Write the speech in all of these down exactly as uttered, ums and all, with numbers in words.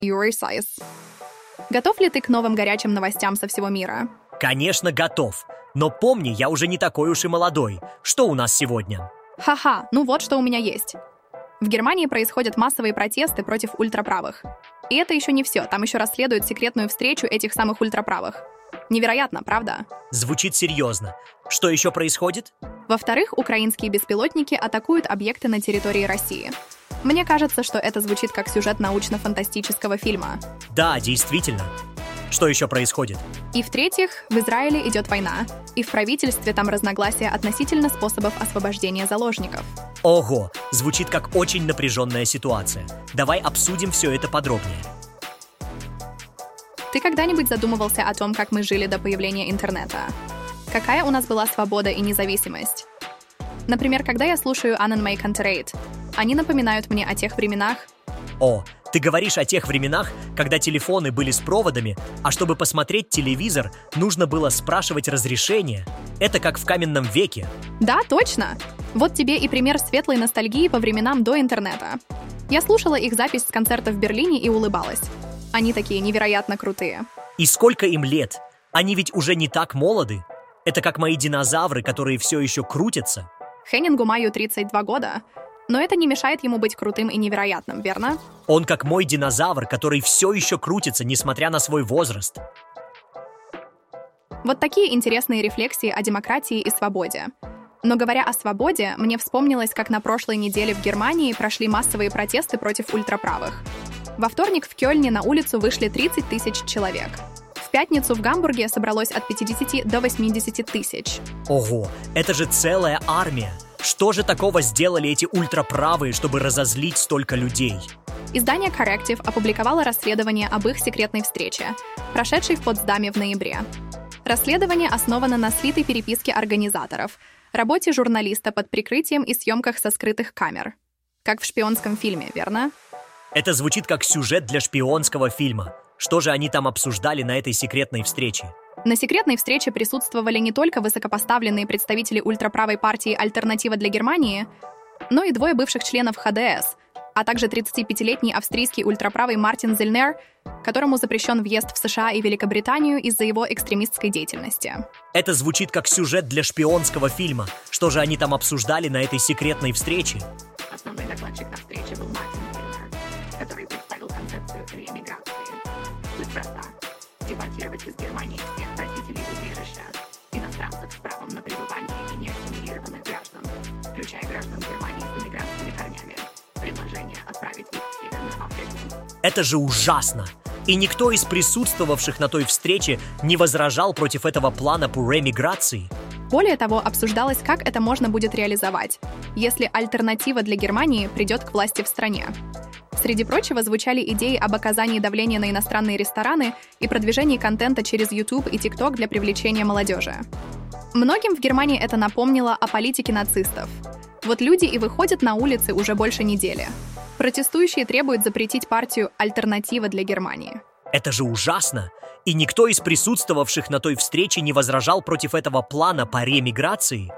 Your size. Готов ли ты к новым горячим новостям со всего мира? Конечно, готов. Но помни, я уже не такой уж и молодой. Что у нас сегодня? Ха-ха, ну вот что у меня есть. В Германии происходят массовые протесты против ультраправых. И это еще не все, там еще расследуют секретную встречу этих самых ультраправых. Невероятно, правда? Звучит серьезно. Что еще происходит? Во-вторых, украинские беспилотники атакуют объекты на территории России. Мне кажется, что это звучит как сюжет научно-фантастического фильма. Да, действительно. Что еще происходит? И в-третьих, в Израиле идет война, и в правительстве там разногласия относительно способов освобождения заложников. Ого, звучит как очень напряженная ситуация. Давай обсудим все это подробнее. Ты когда-нибудь задумывался о том, как мы жили до появления интернета? Какая у нас была свобода и независимость? Например, когда я слушаю Annen May Canterate, они напоминают мне о тех временах. О, ты говоришь о тех временах, когда телефоны были с проводами, а чтобы посмотреть телевизор, нужно было спрашивать разрешение. Это как в каменном веке. Да, точно. Вот тебе и пример светлой ностальгии по временам до интернета. Я слушала их запись с концерта в Берлине и улыбалась. Они такие невероятно крутые. И сколько им лет? Они ведь уже не так молоды. Это как мои динозавры, которые все еще крутятся. Хеннингу Маю тридцать два года, но это не мешает ему быть крутым и невероятным, верно? Он как мой динозавр, который все еще крутится, несмотря на свой возраст. Вот такие интересные рефлексии о демократии и свободе. Но говоря о свободе, мне вспомнилось, как на прошлой неделе в Германии прошли массовые протесты против ультраправых. Во вторник в Кёльне на улицу вышли тридцать тысяч человек. В пятницу в Гамбурге собралось от пятидесяти до восьмидесяти тысяч. Ого, это же целая армия! Что же такого сделали эти ультраправые, чтобы разозлить столько людей? Издание Corrective опубликовало расследование об их секретной встрече, прошедшей в Потсдаме в ноябре. Расследование основано на слитой переписке организаторов, работе журналиста под прикрытием и съемках со скрытых камер. Как в шпионском фильме, верно? Это звучит как сюжет для шпионского фильма. Что же они там обсуждали на этой секретной встрече? На секретной встрече присутствовали не только высокопоставленные представители ультраправой партии «Альтернатива для Германии», но и двое бывших членов ха дэ эс, а также тридцатипятилетний австрийский ультраправый Мартин Зельнер, которому запрещен въезд в США и Великобританию из-за его экстремистской деятельности. Это звучит как сюжет для шпионского фильма. Что же они там обсуждали на этой секретной встрече? Основной докладчик на встрече был Мартин Зельнер, который представил концепцию реэмиграции. Суть проста. Депортировать из Германии всех просителей убежища, иностранцев с правом на пребывание и неассимилированных граждан, включая граждан Германии с иммигрантскими корнями. Предложение отправить их в Северную Африку. Это же ужасно! И никто из присутствовавших на той встрече не возражал против этого плана по ремиграции. Более того, обсуждалось, как это можно будет реализовать, если альтернатива для Германии придет к власти в стране. Среди прочего, звучали идеи об оказании давления на иностранные рестораны и продвижении контента через YouTube и TikTok для привлечения молодежи. Многим в Германии это напомнило о политике нацистов. Вот люди и выходят на улицы уже больше недели. Протестующие требуют запретить партию «Альтернатива для Германии». Это же ужасно! И никто из присутствовавших на той встрече не возражал против этого плана по ремиграции.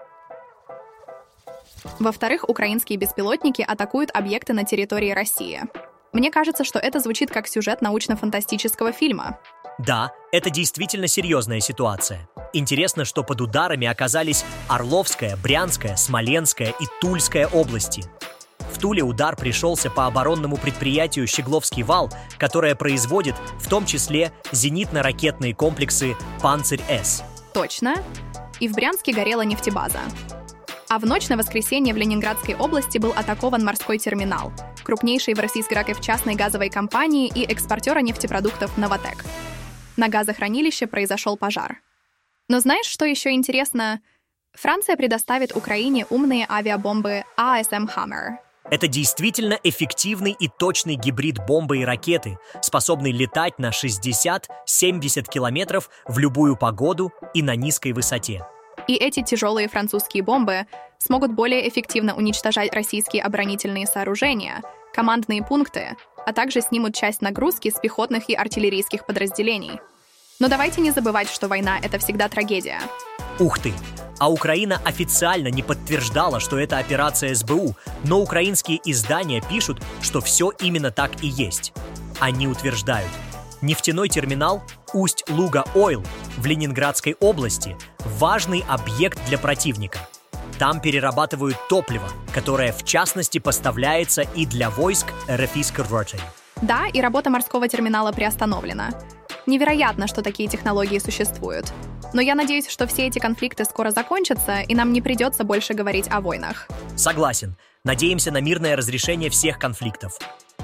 Во-вторых, украинские беспилотники атакуют объекты на территории России. Мне кажется, что это звучит как сюжет научно-фантастического фильма. Да, это действительно серьезная ситуация. Интересно, что под ударами оказались Орловская, Брянская, Смоленская и Тульская области. В Туле удар пришелся по оборонному предприятию «Щегловский вал», которое производит в том числе зенитно-ракетные комплексы «Панцирь-С». Точно. И в Брянске горела нефтебаза. А в ночь на воскресенье в Ленинградской области был атакован морской терминал, крупнейший в Российской частной газовой компании и экспортера нефтепродуктов «Новатэк». На газохранилище произошел пожар. Но знаешь, что еще интересно? Франция предоставит Украине умные авиабомбы а эс эм Hammer. Это действительно эффективный и точный гибрид бомбы и ракеты, способный летать на шестьдесят-семьдесят километров в любую погоду и на низкой высоте. И эти тяжелые французские бомбы смогут более эффективно уничтожать российские оборонительные сооружения, командные пункты, а также снимут часть нагрузки с пехотных и артиллерийских подразделений. Но давайте не забывать, что война — это всегда трагедия. Ух ты! А Украина официально не подтверждала, что это операция эс бэ у, но украинские издания пишут, что все именно так и есть. Они утверждают, нефтяной терминал Усть-Луга-Ойл в Ленинградской области – важный объект для противника. Там перерабатывают топливо, которое в частности поставляется и для войск Российской Федерации. Да, и работа морского терминала приостановлена. Невероятно, что такие технологии существуют. Но я надеюсь, что все эти конфликты скоро закончатся, и нам не придется больше говорить о войнах. Согласен. Надеемся на мирное разрешение всех конфликтов.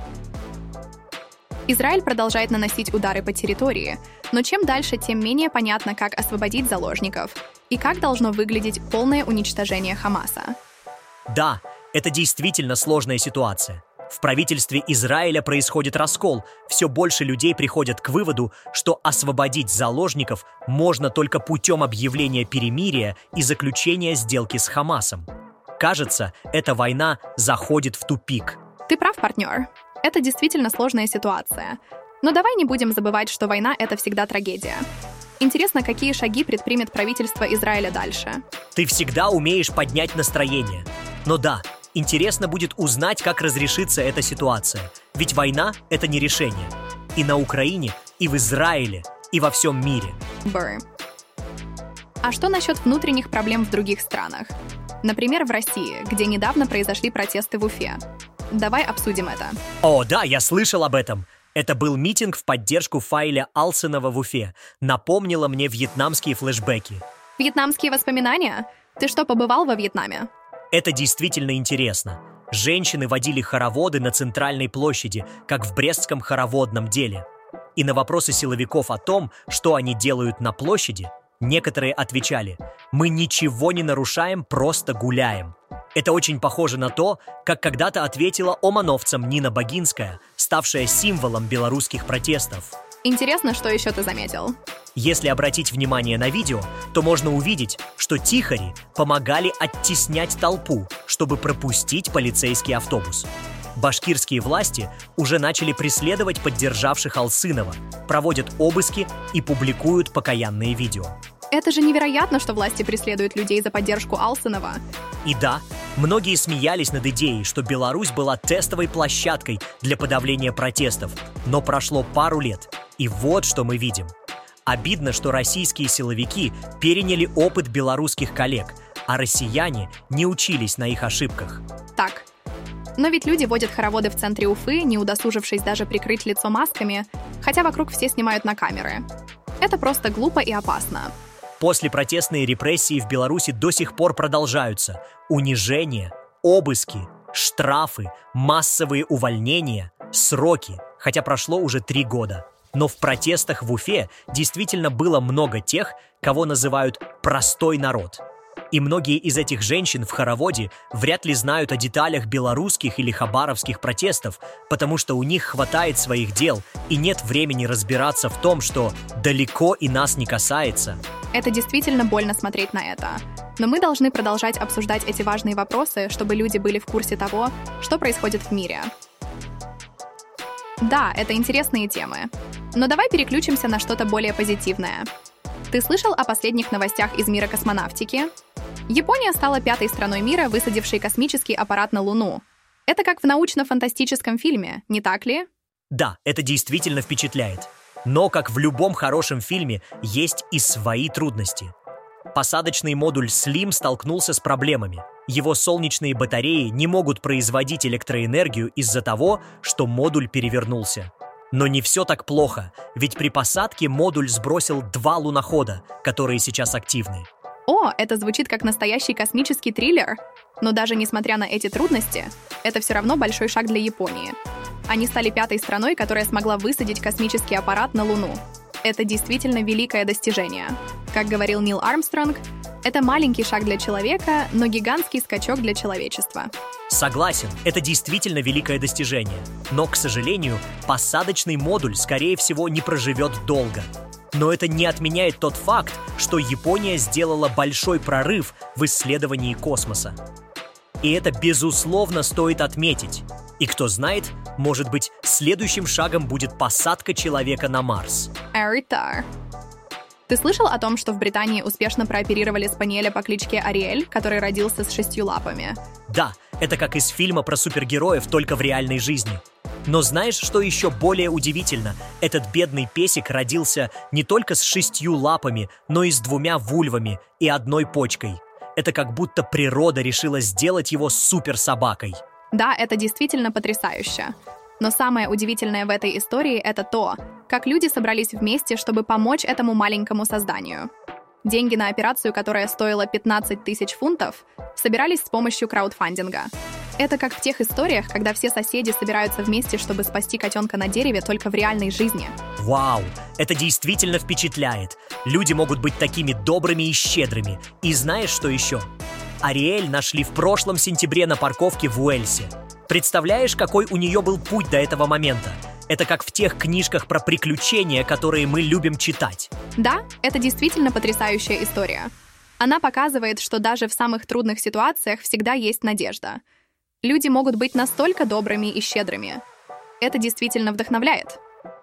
Израиль продолжает наносить удары по территории, но чем дальше, тем менее понятно, как освободить заложников и как должно выглядеть полное уничтожение Хамаса. Да, это действительно сложная ситуация. В правительстве Израиля происходит раскол. Все больше людей приходят к выводу, что освободить заложников можно только путем объявления перемирия и заключения сделки с Хамасом. Кажется, эта война заходит в тупик. Ты прав, партнер. Это действительно сложная ситуация. Но давай не будем забывать, что война — это всегда трагедия. Интересно, какие шаги предпримет правительство Израиля дальше. Ты всегда умеешь поднять настроение. Но да, интересно будет узнать, как разрешится эта ситуация. Ведь война — это не решение. И на Украине, и в Израиле, и во всем мире. Бр. А что насчет внутренних проблем в других странах? Например, в России, где недавно произошли протесты в Уфе. Давай обсудим это. О, да, я слышал об этом. Это был митинг в поддержку Фаиля Алсенова в Уфе. Напомнило мне вьетнамские флешбеки. Вьетнамские воспоминания? Ты что, побывал во Вьетнаме? Это действительно интересно. Женщины водили хороводы на центральной площади, как в Брестском хороводном деле. И на вопросы силовиков о том, что они делают на площади, некоторые отвечали: «Мы ничего не нарушаем, просто гуляем». Это очень похоже на то, как когда-то ответила омоновцам Нина Богинская, ставшая символом белорусских протестов. Интересно, что еще ты заметил? Если обратить внимание на видео, то можно увидеть, что тихари помогали оттеснять толпу, чтобы пропустить полицейский автобус. Башкирские власти уже начали преследовать поддержавших Алсынова, проводят обыски и публикуют покаянные видео. Это же невероятно, что власти преследуют людей за поддержку Алсынова. И да, многие смеялись над идеей, что Беларусь была тестовой площадкой для подавления протестов, но прошло пару лет, и вот что мы видим. Обидно, что российские силовики переняли опыт белорусских коллег, а россияне не учились на их ошибках. Так, но ведь люди водят хороводы в центре Уфы, не удосужившись даже прикрыть лицо масками, хотя вокруг все снимают на камеры. Это просто глупо и опасно. Послепротестные репрессии в Беларуси до сих пор продолжаются. Унижения, обыски, штрафы, массовые увольнения, сроки, хотя прошло уже три года. Но в протестах в Уфе действительно было много тех, кого называют «простой народ». И многие из этих женщин в хороводе вряд ли знают о деталях белорусских или хабаровских протестов, потому что у них хватает своих дел и нет времени разбираться в том, что далеко и нас не касается. Это действительно больно смотреть на это. Но мы должны продолжать обсуждать эти важные вопросы, чтобы люди были в курсе того, что происходит в мире. Да, это интересные темы. Но давай переключимся на что-то более позитивное. Ты слышал о последних новостях из мира космонавтики? Япония стала пятой страной мира, высадившей космический аппарат на Луну. Это как в научно-фантастическом фильме, не так ли? Да, это действительно впечатляет. Но, как в любом хорошем фильме, есть и свои трудности. Посадочный модуль Slim столкнулся с проблемами. Его солнечные батареи не могут производить электроэнергию из-за того, что модуль перевернулся. Но не все так плохо, ведь при посадке модуль сбросил два лунохода, которые сейчас активны. О, это звучит как настоящий космический триллер. Но даже несмотря на эти трудности, это все равно большой шаг для Японии. Они стали пятой страной, которая смогла высадить космический аппарат на Луну. Это действительно великое достижение. Как говорил Нил Армстронг, это маленький шаг для человека, но гигантский скачок для человечества. Согласен, это действительно великое достижение. Но, к сожалению, посадочный модуль, скорее всего, не проживет долго. Но это не отменяет тот факт, что Япония сделала большой прорыв в исследовании космоса. И это, безусловно, стоит отметить. И кто знает, может быть, следующим шагом будет посадка человека на Марс. Эритар. Ты слышал о том, что в Британии успешно прооперировали спаниеля по кличке Ариэль, который родился с шестью лапами? Да, это как из фильма про супергероев, только в реальной жизни. Но знаешь, что еще более удивительно? Этот бедный песик родился не только с шестью лапами, но и с двумя вульвами и одной почкой. Это как будто природа решила сделать его суперсобакой. Да, это действительно потрясающе. Но самое удивительное в этой истории — это то, как люди собрались вместе, чтобы помочь этому маленькому созданию. Деньги на операцию, которая стоила пятнадцать тысяч фунтов, собирались с помощью краудфандинга. Это как в тех историях, когда все соседи собираются вместе, чтобы спасти котенка на дереве только в реальной жизни. Вау, это действительно впечатляет. Люди могут быть такими добрыми и щедрыми. И знаешь, что еще? Ариэль нашли в прошлом сентябре на парковке в Уэльсе. Представляешь, какой у нее был путь до этого момента? Это как в тех книжках про приключения, которые мы любим читать. Да, это действительно потрясающая история. Она показывает, что даже в самых трудных ситуациях всегда есть надежда. Люди могут быть настолько добрыми и щедрыми. Это действительно вдохновляет.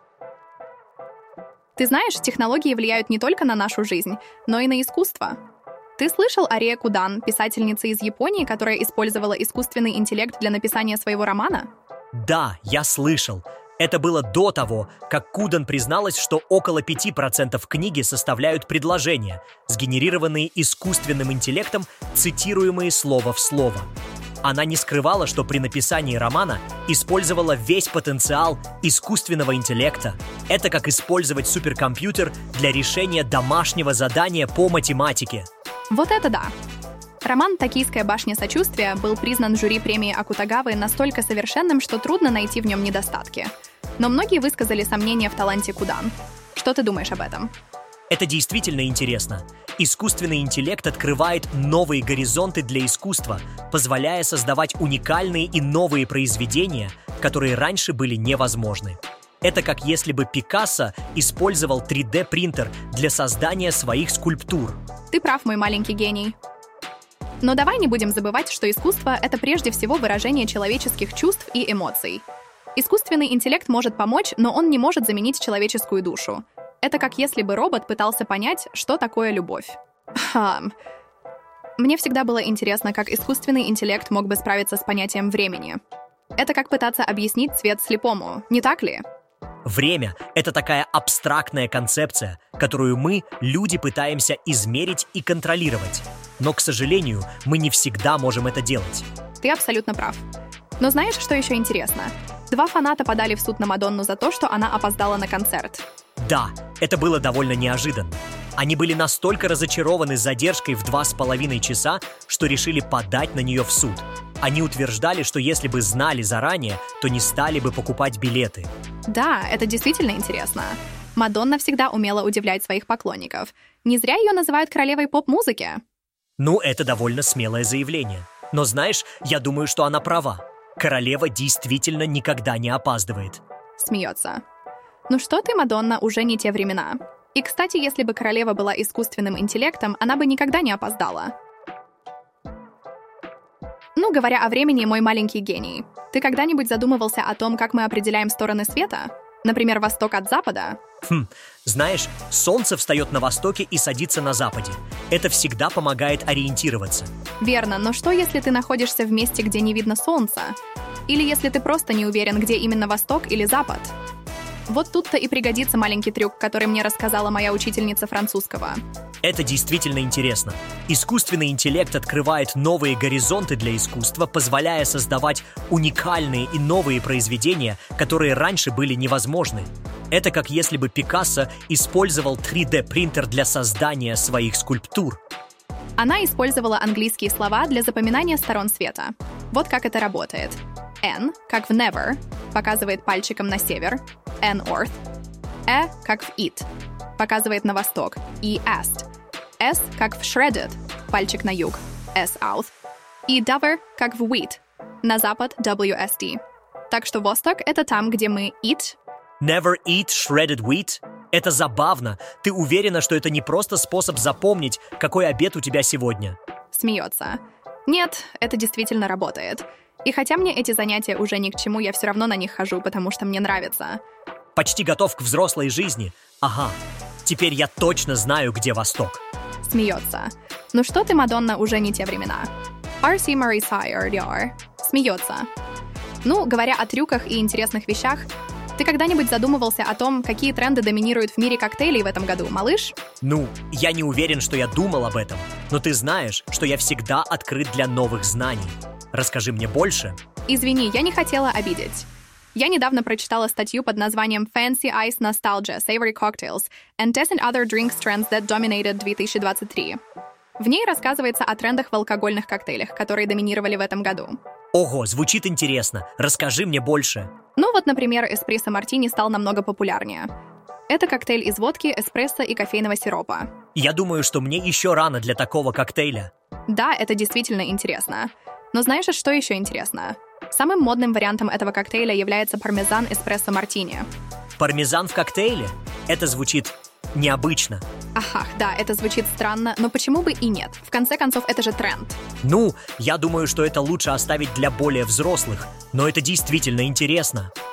Ты знаешь, технологии влияют не только на нашу жизнь, но и на искусство. Ты слышал о Рие Кудан, писательнице из Японии, которая использовала искусственный интеллект для написания своего романа? Да, я слышал. Это было до того, как Кудан призналась, что около пяти процентов книги составляют предложения, сгенерированные искусственным интеллектом, цитируемые слово в слово. Она не скрывала, что при написании романа использовала весь потенциал искусственного интеллекта. Это как использовать суперкомпьютер для решения домашнего задания по математике. Вот это да! Роман «Токийская башня сочувствия» был признан жюри премии Акутагавы настолько совершенным, что трудно найти в нем недостатки. Но многие высказали сомнения в таланте Кудан. Что ты думаешь об этом? Это действительно интересно. Искусственный интеллект открывает новые горизонты для искусства, позволяя создавать уникальные и новые произведения, которые раньше были невозможны. Это как если бы Пикассо использовал три дэ принтер для создания своих скульптур. Ты прав, мой маленький гений. Но давай не будем забывать, что искусство — это прежде всего выражение человеческих чувств и эмоций. Искусственный интеллект может помочь, но он не может заменить человеческую душу. Это как если бы робот пытался понять, что такое любовь. Хм. Мне всегда было интересно, как искусственный интеллект мог бы справиться с понятием времени. Это как пытаться объяснить цвет слепому, не так ли? Время — это такая абстрактная концепция, которую мы, люди, пытаемся измерить и контролировать. Но, к сожалению, мы не всегда можем это делать. Ты абсолютно прав. Но знаешь, что еще интересно? Два фаната подали в суд на Мадонну за то, что она опоздала на концерт. Да, это было довольно неожиданно. Они были настолько разочарованы задержкой в два с половиной часа, что решили подать на нее в суд. Они утверждали, что если бы знали заранее, то не стали бы покупать билеты. Да, это действительно интересно. Мадонна всегда умела удивлять своих поклонников. Не зря ее называют королевой поп-музыки. Ну, это довольно смелое заявление. Но знаешь, я думаю, что она права. Королева действительно никогда не опаздывает. Смеется. Ну что ты, Мадонна, уже не те времена. И, кстати, если бы королева была искусственным интеллектом, она бы никогда не опоздала. Ну, говоря о времени, мой маленький гений, ты когда-нибудь задумывался о том, как мы определяем стороны света? Например, восток от запада? Хм, знаешь, солнце встает на востоке и садится на западе. Это всегда помогает ориентироваться. Верно, но что, если ты находишься в месте, где не видно солнца? Или если ты просто не уверен, где именно восток или запад? Вот тут-то и пригодится маленький трюк, который мне рассказала моя учительница французского. Это действительно интересно. Искусственный интеллект открывает новые горизонты для искусства, позволяя создавать уникальные и новые произведения, которые раньше были невозможны. Это как если бы Пикассо использовал три дэ принтер для создания своих скульптур. Она использовала английские слова для запоминания сторон света. Вот как это работает. N, как в never, показывает пальчиком на север, N-North. E, как в it, показывает на восток, E-Est. S, как в shredded, пальчик на юг, S-South. И dover, как в wheat, на запад, W-S-D. Так что восток — это там, где мы eat. Never eat shredded wheat? Это забавно. Ты уверена, что это не просто способ запомнить, какой обед у тебя сегодня? Смеется. Нет, это действительно работает. И хотя мне эти занятия уже ни к чему, я все равно на них хожу, потому что мне нравится. Почти готов к взрослой жизни? Ага. Теперь я точно знаю, где восток. Смеется. Ну что ты, Мадонна, уже не те времена. ар си Marie Sire, Смеется. Ну, говоря о трюках и интересных вещах, ты когда-нибудь задумывался о том, какие тренды доминируют в мире коктейлей в этом году, малыш? Ну, я не уверен, что я думал об этом, но ты знаешь, что я всегда открыт для новых знаний. Расскажи мне больше. Извини, я не хотела обидеть. Я недавно прочитала статью под названием Fancy Ice Nostalgia, Savory Cocktails and ten Other Drinks Trends That Dominated две тысячи двадцать три. В ней рассказывается о трендах в алкогольных коктейлях, которые доминировали в этом году. Ого, звучит интересно. Расскажи мне больше. Ну вот, например, эспрессо-мартини стал намного популярнее. Это коктейль из водки, эспрессо и кофейного сиропа. Я думаю, что мне еще рано для такого коктейля. Да, это действительно интересно. Но знаешь, что еще интересно? Самым модным вариантом этого коктейля является пармезан эспрессо-мартини. Пармезан в коктейле? Это звучит необычно. Ах, да, это звучит странно, но почему бы и нет? В конце концов, это же тренд. Ну, я думаю, что это лучше оставить для более взрослых, но это действительно интересно.